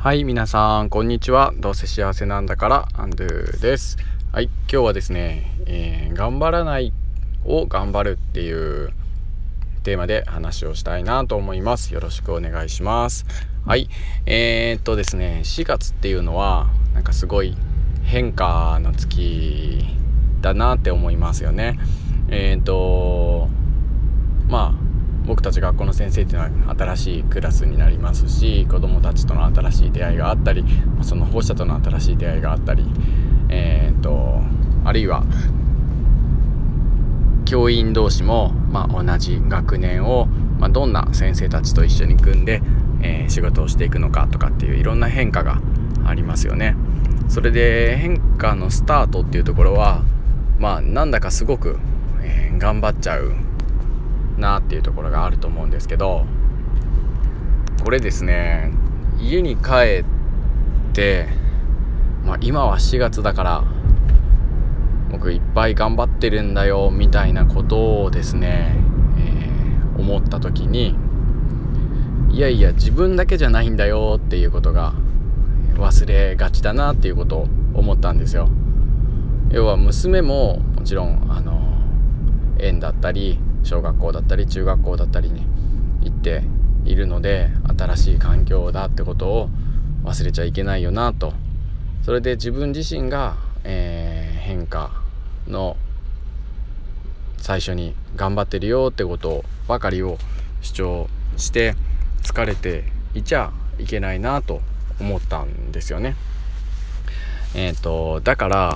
はい、皆さんこんにちは。どうせ幸せなんだからアンドゥです。はい、今日はですね、頑張らないを頑張るっていうテーマで話をしたいなと思います。よろしくお願いします。はい、ですね、4月っていうのはなんかすごい変化の月だなって思いますよね。僕たち学校の先生っていうのは新しいクラスになりますし、子どもたちとの新しい出会いがあったり、その保護者との新しい出会いがあったり、あるいは教員同士も、同じ学年を、どんな先生たちと一緒に組んで、仕事をしていくのかとかっていういろんな変化がありますよね。それで変化のスタートっていうところは、なんだかすごく、頑張っちゃうなっていうところがあると思うんですけど、これですね、家に帰って、今は4月だから僕いっぱい頑張ってるんだよみたいなことをですね、思った時に、いやいや自分だけじゃないんだよっていうことが忘れがちだなっていうことを思ったんですよ。要は娘ももちろん園だったり小学校だったり中学校だったりに行っているので、新しい環境だってことを忘れちゃいけないよなと。それで自分自身が、変化の最初に頑張ってるよってことばかりを主張して疲れていちゃいけないなと思ったんですよね。だから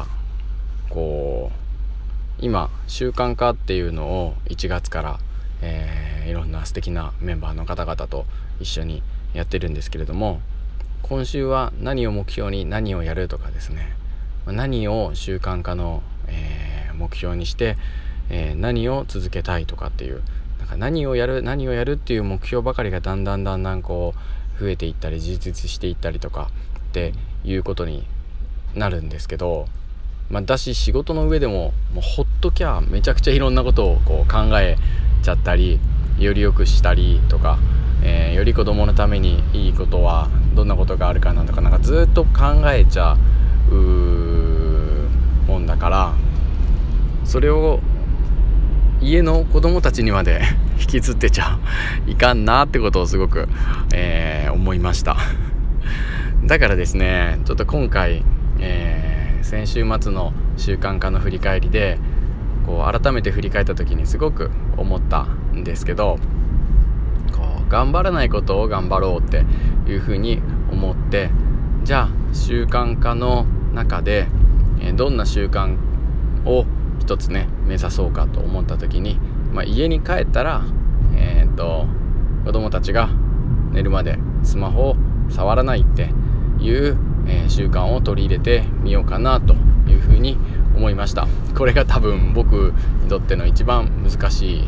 今習慣化っていうのを1月から、いろんな素敵なメンバーの方々と一緒にやってるんですけれども、今週は何を目標に何をやるとかですね、何を習慣化の、目標にして、何を続けたいとかっていう、何をやるっていう目標ばかりがだんだん増えていったり充実していったりとかっていうことになるんですけど、だし仕事の上でもうほっときゃめちゃくちゃいろんなことを考えちゃったり、より良くしたりとか、より子供のためにいいことはどんなことがあるかなとか、ずっと考えちゃうもんだから、それを家の子供たちにまで引きずってちゃいかんなってことをすごく、思いました。だからですね、ちょっと今回、先週末の習慣化の振り返りで改めて振り返った時にすごく思ったんですけど、頑張らないことを頑張ろうっていうふうに思って、じゃあ習慣化の中で、どんな習慣を一つね目指そうかと思った時に、家に帰ったら、子供たちが寝るまでスマホを触らないっていう習慣を取り入れてみようかなというふうに思いました。これが多分僕にとっての一番難しい、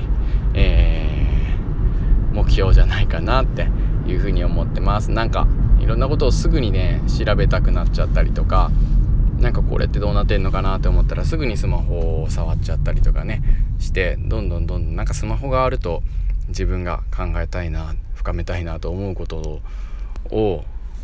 目標じゃないかなっていうふうに思ってます。いろんなことをすぐにね調べたくなっちゃったりとか、これってどうなってんのかなって思ったらすぐにスマホを触っちゃったりとかねして、どんどんスマホがあると自分が考えたいな深めたいなと思うことを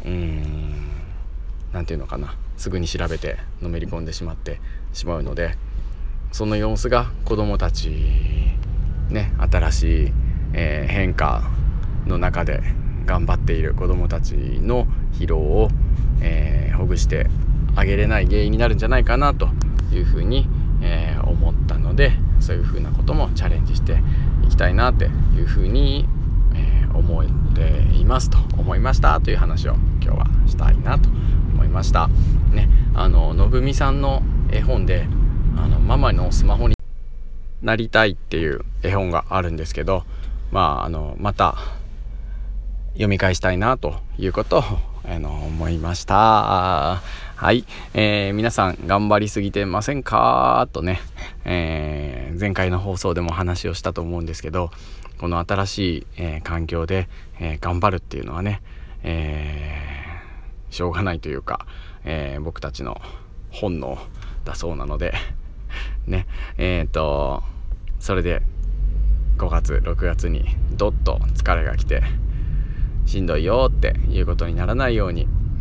なんていうのかな、すぐに調べてのめり込んでしまってしまうので、その様子が子どもたちね、新しい、変化の中で頑張っている子どもたちの疲労を、ほぐしてあげれない原因になるんじゃないかなというふうに、思ったので、そういうふうなこともチャレンジしていきたいなっていうふうに、思っていますと思いましたという話を今日はしたいなと思いましたね。のぶみさんの絵本でママのスマホになりたいっていう絵本があるんですけど、また読み返したいなということを思いました。はい、皆さん頑張りすぎてませんかとね、前回の放送でも話をしたと思うんですけど、この新しい、環境で、頑張るっていうのはね、しょうがないというか、僕たちの本能だそうなのでね、それで5月6月にどっと疲れが来てしんどいよっていうことにならないように、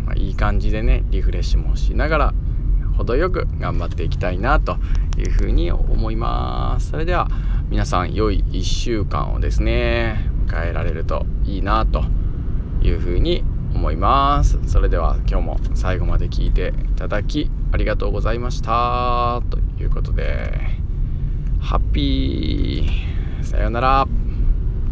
いい感じでねリフレッシュもしながら程よく頑張っていきたいなというふうに思います。それでは皆さん良い1週間をですね迎えられるといいなというふうに思います。それでは今日も最後まで聞いていただきありがとうございましたということでハッピーさようなら。